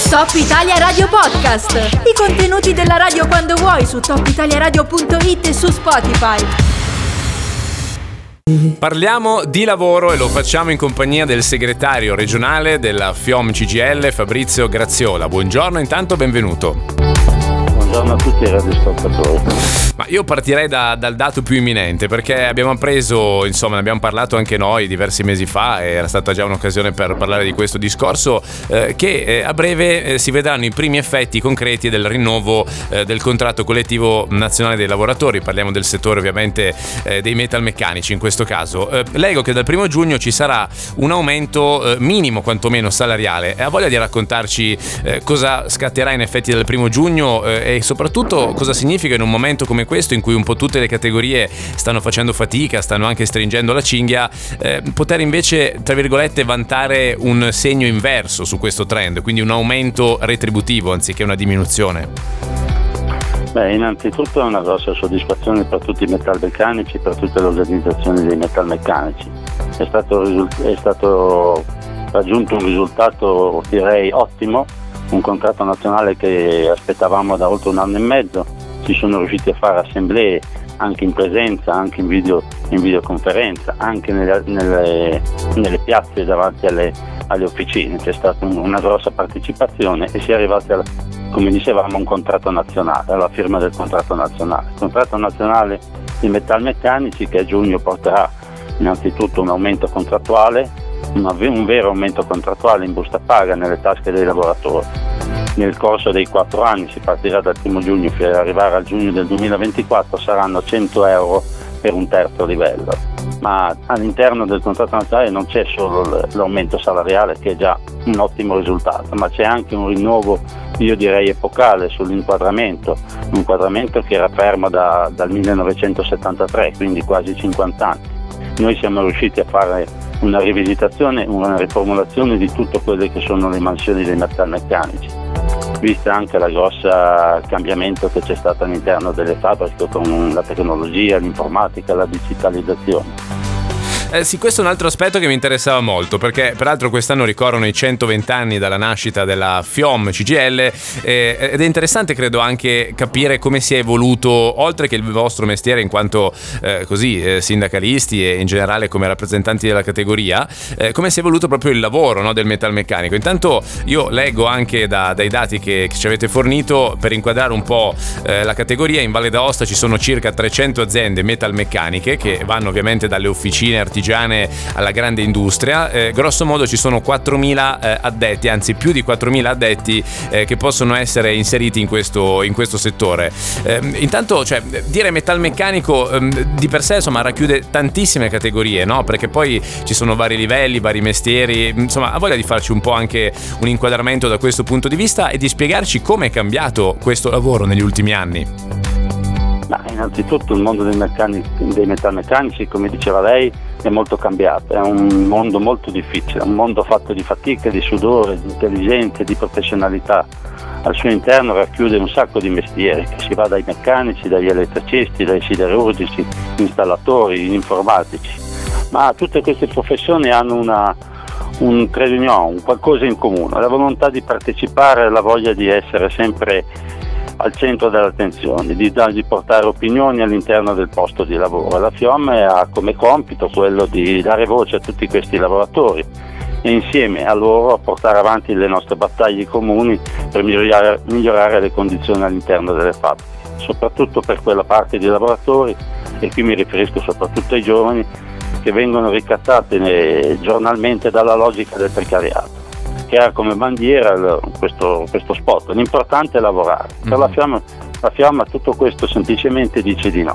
Top Italia Radio Podcast. I contenuti della radio quando vuoi su topitaliaradio.it e su Spotify. Parliamo di lavoro e lo facciamo in compagnia del segretario regionale della FIOM CGIL, Fabrizio Graziola. Buongiorno, intanto benvenuto. Buongiorno a tutti i radioascoltatori. Ma io partirei dal dato più imminente, perché abbiamo appreso, insomma, ne abbiamo parlato anche noi diversi mesi fa, e era stata già un'occasione per parlare di questo discorso, che a breve si vedranno i primi effetti concreti del rinnovo del contratto collettivo nazionale dei lavoratori. Parliamo del settore ovviamente dei metalmeccanici in questo caso. Leggo che dal 1 giugno ci sarà un aumento minimo quantomeno salariale. Ha voglia di raccontarci cosa scatterà in effetti dal 1 giugno e soprattutto cosa significa in un momento come questo, in cui un po' tutte le categorie stanno facendo fatica, stanno anche stringendo la cinghia, poter invece, tra virgolette, vantare un segno inverso su questo trend, quindi un aumento retributivo anziché una diminuzione? Beh, innanzitutto è una grossa soddisfazione per tutti i metalmeccanici, per tutte le organizzazioni dei metalmeccanici. È stato raggiunto un risultato, direi, ottimo, un contratto nazionale che aspettavamo da oltre un anno e mezzo. Si sono riusciti a fare assemblee anche in presenza, anche in videoconferenza, anche nelle piazze davanti alle officine. C'è stata una grossa partecipazione e si è arrivati, come dicevamo, a un contratto nazionale, alla firma del contratto nazionale. Il contratto nazionale di metalmeccanici che a giugno porterà innanzitutto un aumento contrattuale, un vero aumento contrattuale in busta paga nelle tasche dei lavoratori. Nel corso dei 4 anni, si partirà dal 1 giugno fino ad arrivare al giugno del 2024, saranno 100 euro per un terzo livello. Ma all'interno del contratto nazionale non c'è solo l'aumento salariale, che è già un ottimo risultato, ma c'è anche un rinnovo, io direi epocale, sull'inquadramento, un inquadramento che era fermo dal 1973, quindi quasi 50 anni. Noi siamo riusciti a fare una rivisitazione, una riformulazione di tutte quelle che sono le mansioni dei metalmeccanici, vista anche la grossa cambiamento che c'è stato all'interno delle fabbriche con la tecnologia, l'informatica, la digitalizzazione. Sì, questo è un altro aspetto che mi interessava molto, perché peraltro quest'anno ricorrono i 120 anni dalla nascita della FIOM CGIL, ed è interessante, credo, anche capire come si è evoluto, oltre che il vostro mestiere in quanto sindacalisti e in generale come rappresentanti della categoria, come si è evoluto proprio il lavoro, no, del metalmeccanico. Intanto io leggo anche dai dati che ci avete fornito, per inquadrare un po' la categoria. In Valle d'Aosta ci sono circa 300 aziende metalmeccaniche che vanno ovviamente dalle officine artigiane alla grande industria. Grosso modo ci sono 4.000 addetti, anzi più di 4.000 addetti che possono essere inseriti in questo settore. Intanto, dire metalmeccanico di per sé, insomma, racchiude tantissime categorie, no? Perché poi ci sono vari livelli, vari mestieri. Insomma, ha voglia di farci un po' anche un inquadramento da questo punto di vista e di spiegarci come è cambiato questo lavoro negli ultimi anni? Innanzitutto il mondo dei metalmeccanici, come diceva lei, è molto cambiato, è un mondo molto difficile, un mondo fatto di fatica, di sudore, di intelligenza, di professionalità. Al suo interno racchiude un sacco di mestieri, che si va dai meccanici, dagli elettricisti, dai siderurgici, installatori, informatici. Ma tutte queste professioni hanno un trait d'union, un qualcosa in comune, la volontà di partecipare, la voglia di essere sempre al centro dell'attenzione, di portare opinioni all'interno del posto di lavoro. La FIOM ha come compito quello di dare voce a tutti questi lavoratori e insieme a loro portare avanti le nostre battaglie comuni per migliorare le condizioni all'interno delle fabbriche, soprattutto per quella parte di lavoratori, e qui mi riferisco soprattutto ai giovani, che vengono ricattati giornalmente dalla logica del precariato, che ha come bandiera questo spot. L'importante è lavorare. Per la FIOM tutto questo semplicemente dice di no.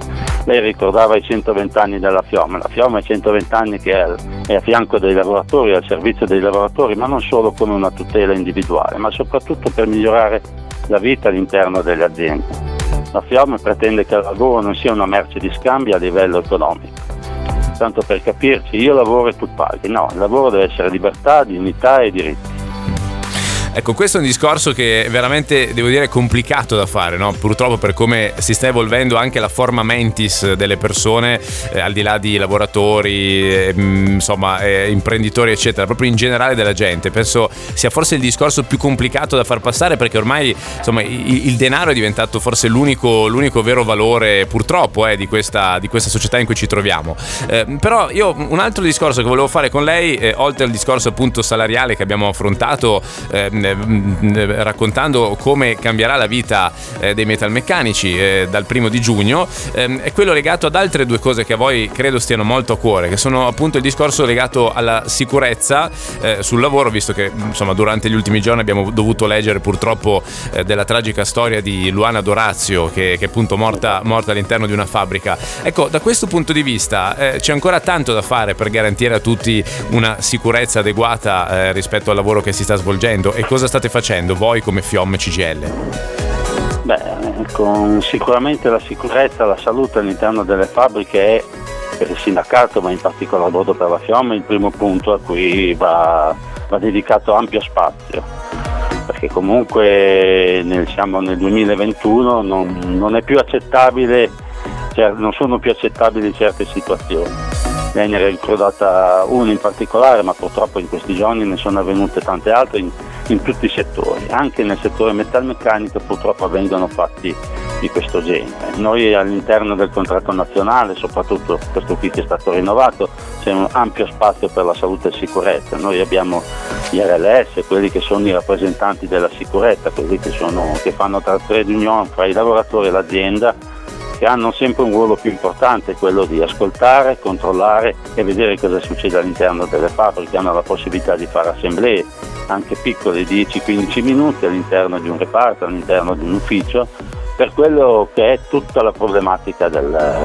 Lei ricordava i 120 anni della FIOM. La FIOM ha 120 anni che è a fianco dei lavoratori, al servizio dei lavoratori, ma non solo come una tutela individuale, ma soprattutto per migliorare la vita all'interno delle aziende. La FIOM pretende che il lavoro non sia una merce di scambio a livello economico. Tanto per capirci, io lavoro e tu paghi. No, il lavoro deve essere libertà, dignità e diritti. Ecco, questo è un discorso che è veramente, devo dire, complicato da fare, no? Purtroppo, per come si sta evolvendo anche la forma mentis delle persone, al di là di lavoratori, imprenditori eccetera, proprio in generale della gente. Penso sia forse il discorso più complicato da far passare, perché ormai insomma il denaro è diventato forse l'unico vero valore, purtroppo, di questa società in cui ci troviamo. Però io un altro discorso che volevo fare con lei, oltre al discorso appunto salariale che abbiamo affrontato, raccontando come cambierà la vita dei metalmeccanici dal 1 giugno, è quello legato ad altre due cose che a voi credo stiano molto a cuore, che sono appunto il discorso legato alla sicurezza sul lavoro, visto che insomma durante gli ultimi giorni abbiamo dovuto leggere purtroppo della tragica storia di Luana D'Orazio, che è appunto morta all'interno di una fabbrica. Ecco, da questo punto di vista c'è ancora tanto da fare per garantire a tutti una sicurezza adeguata rispetto al lavoro che si sta svolgendo, e cosa state facendo voi come FIOM CGIL? Sicuramente la sicurezza, la salute all'interno delle fabbriche è per il sindacato, ma in particolar modo per la FIOM, il primo punto a cui va dedicato ampio spazio, perché comunque siamo nel 2021, non è più accettabile, non sono più accettabili certe situazioni. Ne è ricordata una in particolare, ma purtroppo in questi giorni ne sono avvenute tante altre in tutti i settori. Anche nel settore metalmeccanico purtroppo avvengono fatti di questo genere. Noi all'interno del contratto nazionale, soprattutto questo qui che è stato rinnovato, c'è un ampio spazio per la salute e sicurezza. Noi abbiamo gli RLS, quelli che sono i rappresentanti della sicurezza, quelli che fanno trade union fra i lavoratori e l'azienda, che hanno sempre un ruolo più importante, quello di ascoltare, controllare e vedere cosa succede all'interno delle fabbriche. Hanno la possibilità di fare assemblee anche piccole, 10-15 minuti all'interno di un reparto, all'interno di un ufficio, per quello che è tutta la problematica della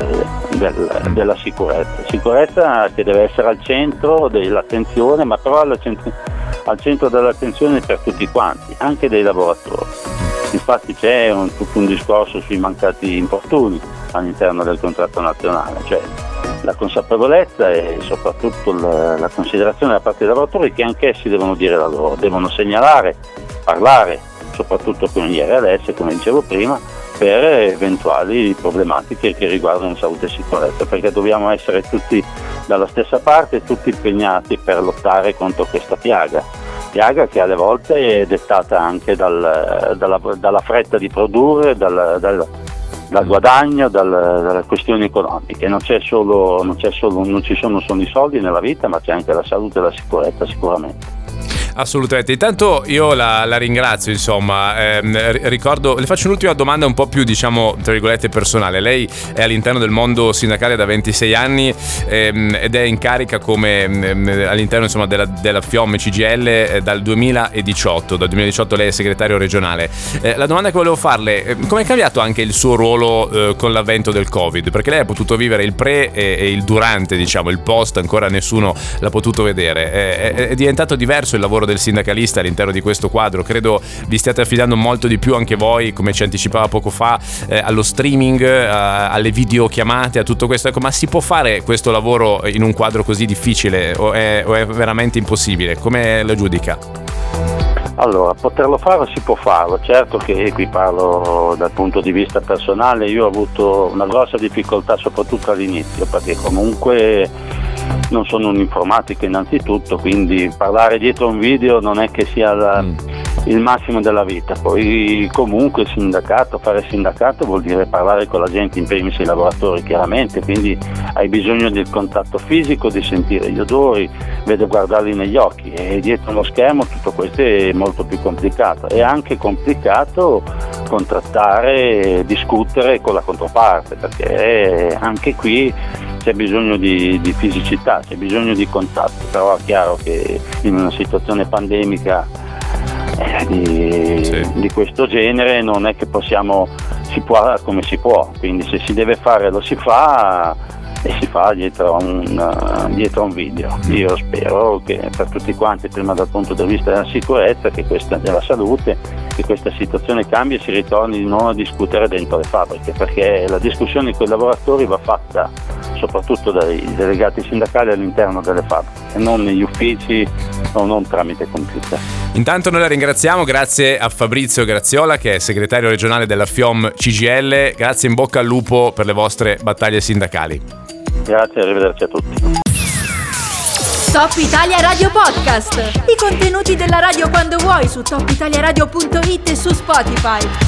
sicurezza che deve essere al centro dell'attenzione, ma però al centro dell'attenzione per tutti quanti, anche dei lavoratori. Infatti c'è tutto un discorso sui mancati infortuni all'interno del contratto nazionale, cioè la consapevolezza e soprattutto la considerazione da parte dei lavoratori che anch'essi devono dire la loro, devono segnalare, parlare, soprattutto con gli RLS, come dicevo prima, per eventuali problematiche che riguardano salute e sicurezza, perché dobbiamo essere tutti dalla stessa parte, tutti impegnati per lottare contro questa piaga che alle volte è dettata anche dalla fretta di produrre, dal guadagno, dalle questioni economiche. Non ci sono solo i soldi nella vita, ma c'è anche la salute e la sicurezza sicuramente. Assolutamente. Intanto io la ringrazio, insomma, ricordo, le faccio un'ultima domanda un po' più, diciamo, tra virgolette personale. Lei è all'interno del mondo sindacale da 26 anni ed è in carica come all'interno, insomma, della FIOM CGIL dal 2018. Dal 2018 lei è segretario regionale. La domanda che volevo farle, come è cambiato anche il suo ruolo con l'avvento del Covid? Perché lei ha potuto vivere il pre e il durante, diciamo, il post ancora nessuno l'ha potuto vedere. È diventato diverso il lavoro del sindacalista all'interno di questo quadro. Credo vi stiate affidando molto di più anche voi, come ci anticipava poco fa, allo streaming, alle videochiamate, a tutto questo. Ecco, ma si può fare questo lavoro in un quadro così difficile o è veramente impossibile? Come lo giudica? Allora, poterlo fare si può farlo, certo che qui parlo dal punto di vista personale. Io ho avuto una grossa difficoltà soprattutto all'inizio, perché comunque non sono un informatico innanzitutto, quindi parlare dietro un video non è che sia il massimo della vita. Poi comunque fare sindacato vuol dire parlare con la gente, in primis i lavoratori chiaramente, quindi hai bisogno del contatto fisico, di sentire gli odori, guardarli negli occhi, e dietro uno schermo tutto questo è molto più complicato. È anche complicato contrattare e discutere con la controparte, perché anche qui c'è bisogno di fisicità, c'è bisogno di contatto, però è chiaro che in una situazione pandemica di questo genere non è che si può come si può, quindi se si deve fare lo si fa, e si fa dietro a un video. Io spero che per tutti quanti, prima dal punto di vista della sicurezza, della salute, che questa situazione cambi e si ritorni di nuovo a discutere dentro le fabbriche, perché la discussione con i lavoratori va fatta soprattutto dai delegati sindacali all'interno delle fabbriche, non negli uffici o non tramite computer. Intanto noi la ringraziamo, grazie a Fabrizio Graziola che è segretario regionale della FIOM CGIL, grazie, in bocca al lupo per le vostre battaglie sindacali. Grazie, arrivederci a tutti. Top Italia Radio Podcast. I contenuti della radio quando vuoi su topitaliaradio.it e su Spotify.